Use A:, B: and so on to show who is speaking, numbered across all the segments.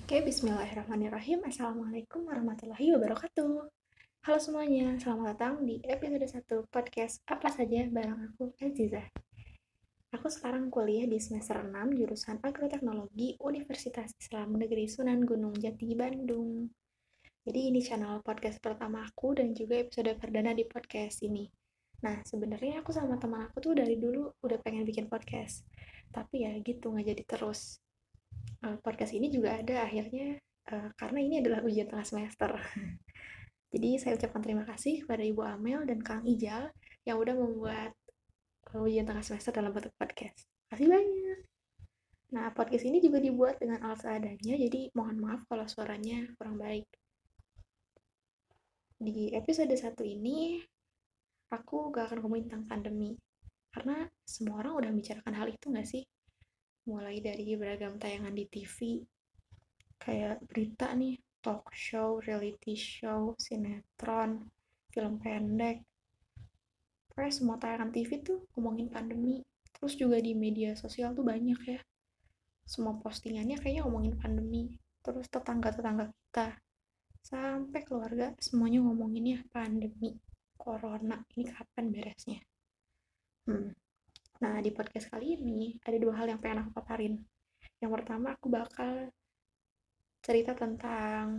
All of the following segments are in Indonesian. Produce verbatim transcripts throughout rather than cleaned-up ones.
A: Oke, bismillahirrahmanirrahim. Assalamualaikum warahmatullahi wabarakatuh. Halo semuanya, selamat datang di episode satu podcast Apa Saja bareng aku, Aziza. Aku sekarang kuliah di semester enam jurusan Agroteknologi Universitas Islam Negeri Sunan Gunung Jati, Bandung. Jadi ini channel podcast pertama aku dan juga episode perdana di podcast ini. Nah, sebenarnya aku sama teman aku tuh dari dulu udah pengen bikin podcast. Tapi ya gitu, nggak jadi terus. Eh, podcast ini juga ada akhirnya eh, karena ini adalah ujian tengah semester. Jadi saya ucapkan terima kasih kepada Ibu Amel dan Kang Ijal yang udah membuat eh, ujian tengah semester dalam bentuk podcast. Terima kasih banyak. Nah, podcast ini juga dibuat dengan alat seadanya, jadi mohon maaf kalau suaranya kurang baik. Di episode satu ini, aku gak akan ngomongin tentang pandemi. Karena semua orang udah membicarakan hal itu gak sih? Mulai dari beragam tayangan di T V, kayak berita nih, talk show, reality show, sinetron, film pendek. Pokoknya semua tayangan T V tuh ngomongin pandemi. Terus juga di media sosial tuh banyak ya. Semua postingannya kayaknya ngomongin pandemi. Terus tetangga-tetangga kita, sampai keluarga semuanya ngomonginnya pandemi. Corona, ini kapan beresnya? Hmm. Nah, di podcast kali ini ada dua hal yang pengen aku paparin. Yang pertama, aku bakal cerita tentang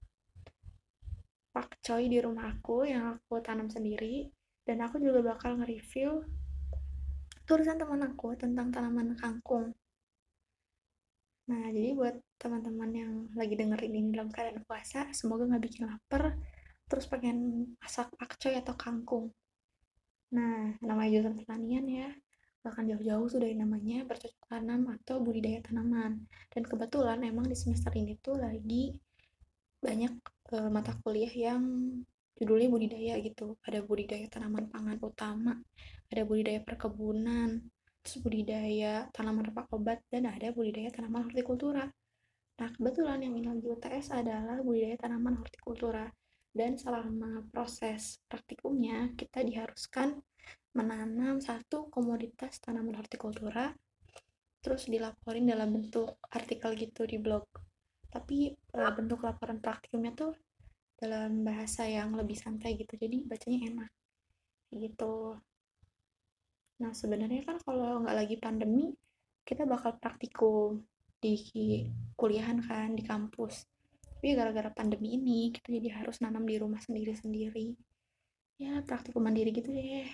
A: pakcoy di rumah aku yang aku tanam sendiri, dan aku juga bakal nge-review tulisan teman aku tentang tanaman kangkung. Nah, jadi buat teman-teman yang lagi dengerin ini dalam keadaan puasa, semoga nggak bikin lapar, terus pengen masak pakcoy atau kangkung. Nah, namanya jurusan pertanian ya, bahkan jauh-jauh sudah namanya bercocok tanam atau budidaya tanaman. Dan kebetulan emang di semester ini tuh lagi banyak uh, mata kuliah yang judulnya budidaya gitu. Ada budidaya tanaman pangan utama, ada budidaya perkebunan, terus budidaya tanaman rempah obat, dan ada budidaya tanaman hortikultura. Nah, kebetulan yang minat di U T S adalah budidaya tanaman hortikultura. Dan selama proses praktikumnya, kita diharuskan menanam satu komoditas tanaman hortikultura, terus dilaporin dalam bentuk artikel gitu di blog. Tapi e, bentuk laporan praktikumnya tuh dalam bahasa yang lebih santai gitu, jadi bacanya enak gitu. Nah, sebenarnya kan kalau nggak lagi pandemi, kita bakal praktikum di kuliahan kan, di kampus. Tapi gara-gara pandemi ini, kita jadi harus nanam di rumah sendiri-sendiri. Ya, praktikum mandiri gitu deh.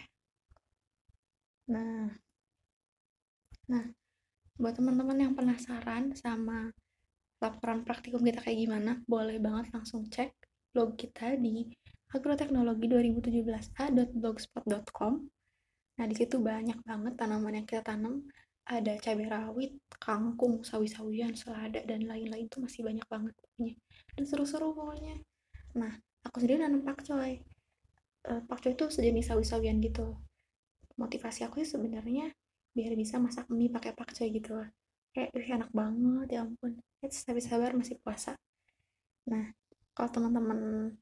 A: Nah, nah buat teman-teman yang penasaran sama laporan praktikum kita kayak gimana, boleh banget langsung cek blog kita di agroteknologi dua ribu tujuh belas a dot blogspot dot com. Nah, di situ banyak banget tanaman yang kita tanam. Ada cabai rawit, kangkung, sawi-sawian, selada, dan lain-lain tuh masih banyak banget pokoknya. Dan seru-seru pokoknya. Nah, aku sendiri nanam pakcoy. Uh, pakcoy itu sejenis sawi-sawian gitu. Motivasi aku sih sebenarnya biar bisa masak mie pakai pakcoy gitu lah. Kayak, ih, enak banget, ya ampun. Ya, sabar-sabar masih puasa. Nah, kalau teman-teman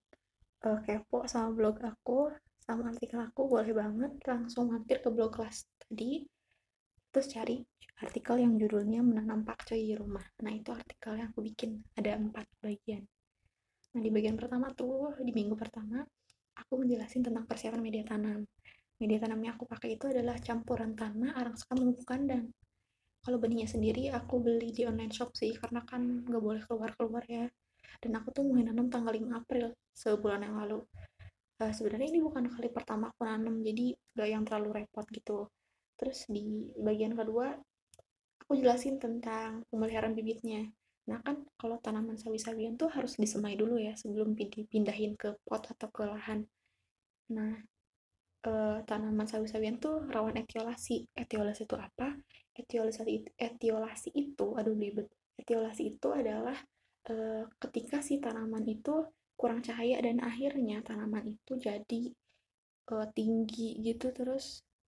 A: uh, kepo sama blog aku, sama artikel aku, boleh banget langsung mampir ke blog kelas tadi, terus cari artikel yang judulnya menanam pakcoy di rumah. Nah, itu artikel yang aku bikin, ada empat bagian. Nah, di bagian pertama tuh, di minggu pertama, aku menjelasin tentang persiapan media tanam. Media tanam yang aku pakai itu adalah campuran tanah, arang sekam, dan pupuk kandang. Kalau benihnya sendiri aku beli di online shop sih, karena kan nggak boleh keluar-keluar ya. Dan aku tuh mulai nanam tanggal lima April, sebulan yang lalu. Uh, sebenarnya ini bukan kali pertama aku nanam, jadi nggak yang terlalu repot gitu. Terus di bagian kedua, aku jelasin tentang pemeliharaan bibitnya. Nah, kan kalau tanaman sawi-sawian tuh harus disemai dulu ya sebelum dipindahin ke pot atau ke lahan. Nah, eh, tanaman sawi-sawian tuh rawan etiolasi. Etiolasi itu apa? Etiolasi etiolasi itu, aduh libet. Etiolasi itu adalah eh, ketika si tanaman itu kurang cahaya dan akhirnya tanaman itu jadi eh, tinggi gitu, terus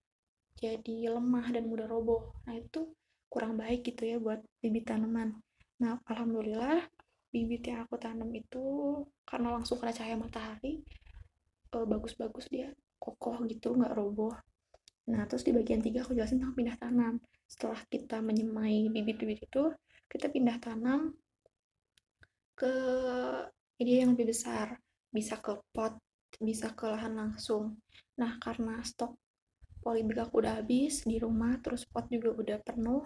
A: jadi lemah dan mudah roboh. Nah, itu kurang baik gitu ya buat bibit tanaman. Nah, alhamdulillah bibit yang aku tanam itu karena langsung kena cahaya matahari, eh, bagus-bagus dia, kokoh gitu, nggak roboh. Nah, terus di bagian tiga aku jelasin tentang pindah tanam. Setelah kita menyemai bibit-bibit itu, kita pindah tanam ke ide yang lebih besar, bisa ke pot, bisa ke lahan langsung. Nah, karena stok polybag aku udah habis di rumah, terus pot juga udah penuh,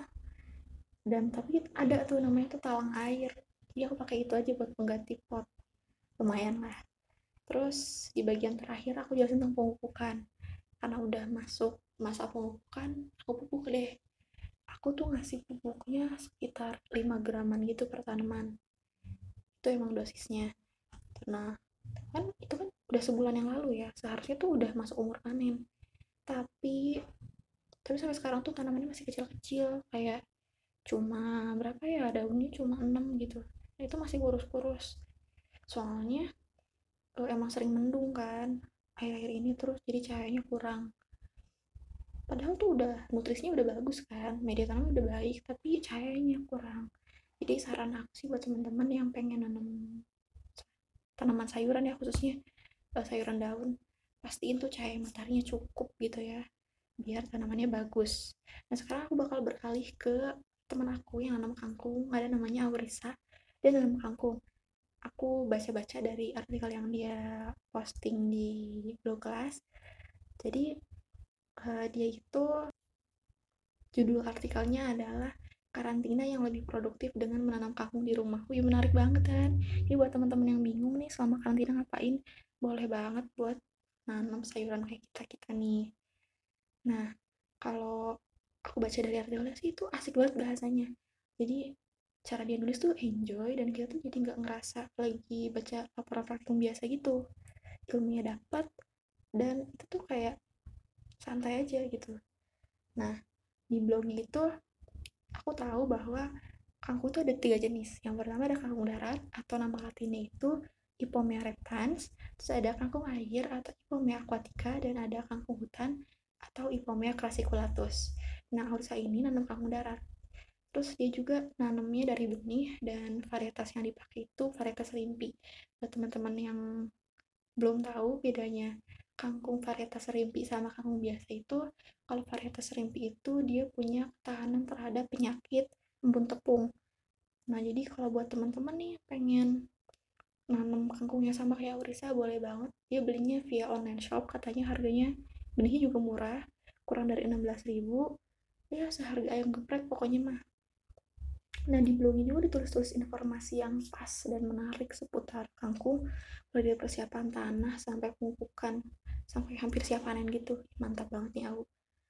A: dan tapi ada tuh namanya tuh talang air. Jadi aku pakai itu aja buat pengganti pot. Lumayan lah. Terus di bagian terakhir aku jelasin tentang pemupukan. Karena udah masuk masa pemupukan, aku pupuk deh. Aku tuh ngasih pupuknya sekitar lima graman gitu per tanaman. Itu emang dosisnya. Nah, kan itu kan udah sebulan yang lalu ya. Seharusnya tuh udah masuk umur panen. Tapi tapi sampai sekarang tuh tanamannya masih kecil-kecil, kayak cuma berapa ya, daunnya cuma enam gitu. Nah, itu masih kurus-kurus. Soalnya eh, emang sering mendung kan akhir-akhir ini, terus jadi cahayanya kurang. Padahal tuh udah nutrisinya udah bagus kan, media tanam udah baik, tapi cahayanya kurang. Jadi saran aku sih buat teman-teman yang pengen nanam tanaman sayuran ya, khususnya uh, sayuran daun, pastiin tuh cahaya mataharinya cukup gitu ya, biar tanamannya bagus. Nah, sekarang aku bakal beralih ke teman aku yang nanam kangkung, ada namanya Aurisa. Dia nanam kangkung. Aku baca-baca dari artikel yang dia posting di blog kelas. Jadi uh, dia itu, judul artikelnya adalah karantina yang lebih produktif dengan menanam kangkung di rumah. Wih, menarik banget kan. Jadi buat teman-teman yang bingung nih selama karantina ngapain, boleh banget buat nanam sayuran kayak kita-kita nih. Nah, kalau aku baca dari artikelnya sih itu asik banget bahasanya. Jadi cara dia nulis tuh enjoy, dan kita tuh jadi nggak ngerasa lagi baca laporan praktikum biasa gitu. Ilmunya dapat, dan itu tuh kayak santai aja gitu. Nah, di blognya itu aku tahu bahwa kangkung itu ada tiga jenis. Yang pertama ada kangkung darat, atau nama latinnya itu Ipomea reptans. Terus ada kangkung air atau Ipomea aquatica, dan ada kangkung hutan atau Ipomea crassiculatus. Nah, Aurisa ini nanam kangkung darat. Terus dia juga nanamnya dari benih, dan varietas yang dipakai itu varietas rimpi. Buat teman-teman yang belum tahu bedanya kangkung varietas rimpi sama kangkung biasa itu, kalau varietas rimpi itu dia punya ketahanan terhadap penyakit embun tepung. Nah, jadi kalau buat teman-teman nih pengen nanam kangkungnya sama kayak Urisa, boleh banget. Dia belinya via online shop, katanya harganya benihnya juga murah, kurang dari enam belas ribu. Ya, seharga ayam geprek pokoknya mah. Nah, di blognya juga ditulis-tulis informasi yang pas dan menarik seputar kangkung, mulai dari persiapan tanah sampai pemupukan, sampai hampir siap panen gitu. Mantap banget nih aku.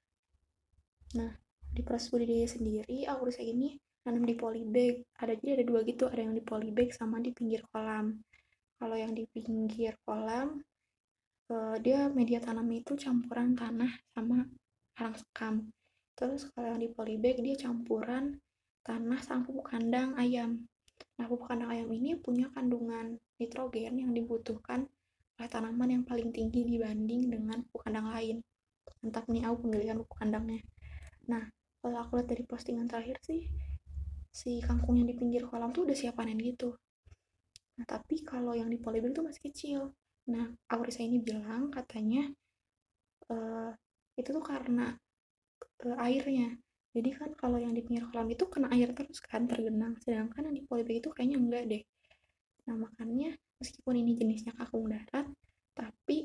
A: Nah, di proses budidaya sendiri, aku Aurisa ini nanam di polybag. Ada jadi ada dua gitu, ada yang di polybag sama di pinggir kolam. Kalau yang di pinggir kolam, eh, dia media tanamnya itu campuran tanah sama karang sekam. Terus kalau yang di polybag dia campuran tanah sama pupuk kandang ayam. Nah, pupuk kandang ayam ini punya kandungan nitrogen yang dibutuhkan oleh tanaman yang paling tinggi dibanding dengan pupuk kandang lain. Mantap nih aku pemilihan pupuk kandangnya. Nah, kalau aku lihat dari postingan terakhir sih, si kangkung yang di pinggir kolam tuh udah siap panen gitu. Nah, tapi kalau yang di polybag tuh masih kecil. Nah, Aurisa ini bilang katanya uh, itu tuh karena uh, airnya. Jadi kan kalau yang di pinggir kolam itu kena air terus kan, tergenang. Sedangkan yang di polybag itu kayaknya enggak deh. Nah, makanya meskipun ini jenisnya kangkung darat, tapi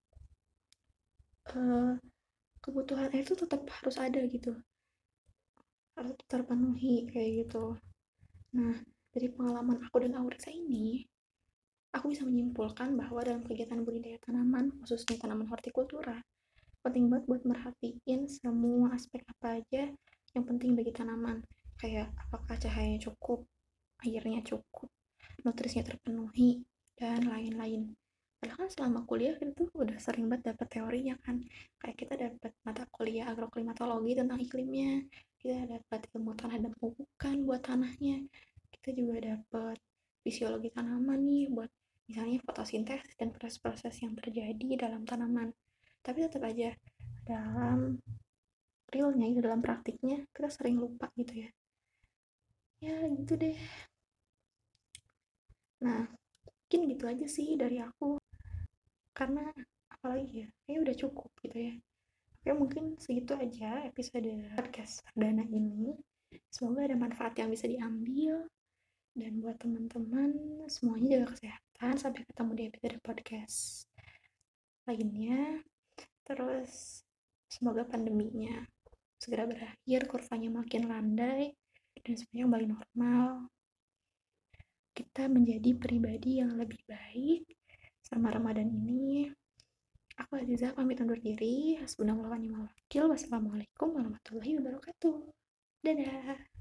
A: uh, kebutuhan air itu tetap harus ada gitu. Harus terpenuhi kayak gitu. Nah, dari pengalaman aku dan Aurisa ini, aku bisa menyimpulkan bahwa dalam kegiatan budidaya tanaman, khususnya tanaman hortikultura, penting banget buat merhatiin semua aspek apa aja yang penting bagi tanaman. Kayak apakah cahayanya cukup, airnya cukup, nutrisinya terpenuhi, dan lain-lain. Padahal kan selama kuliah kita tuh udah sering banget dapat teorinya kan. Kayak kita dapat mata kuliah agroklimatologi tentang iklimnya, kita dapat ilmu tanah dan pemupukan buat tanahnya, kita juga dapat fisiologi tanaman nih buat misalnya fotosintesis dan proses-proses yang terjadi dalam tanaman. Tapi tetap aja dalam realnya, dalam praktiknya kita sering lupa gitu ya. Ya gitu deh. Nah, mungkin gitu aja sih dari aku. Karena apalagi ya, kayaknya udah cukup gitu ya. Oke, mungkin segitu aja episode podcast perdana ini. Semoga ada manfaat yang bisa diambil. Dan buat teman-teman semuanya jaga kesehatan. Sampai ketemu di episode podcast lainnya. Terus semoga pandeminya segera berakhir, kurvanya makin landai, dan semuanya kembali normal. Kita menjadi pribadi yang lebih baik selama Ramadan ini. Aku Aziza pamit undur diri. Hasbunallah wa ni'mal wakil. Wassalamualaikum warahmatullahi wabarakatuh. Dadah.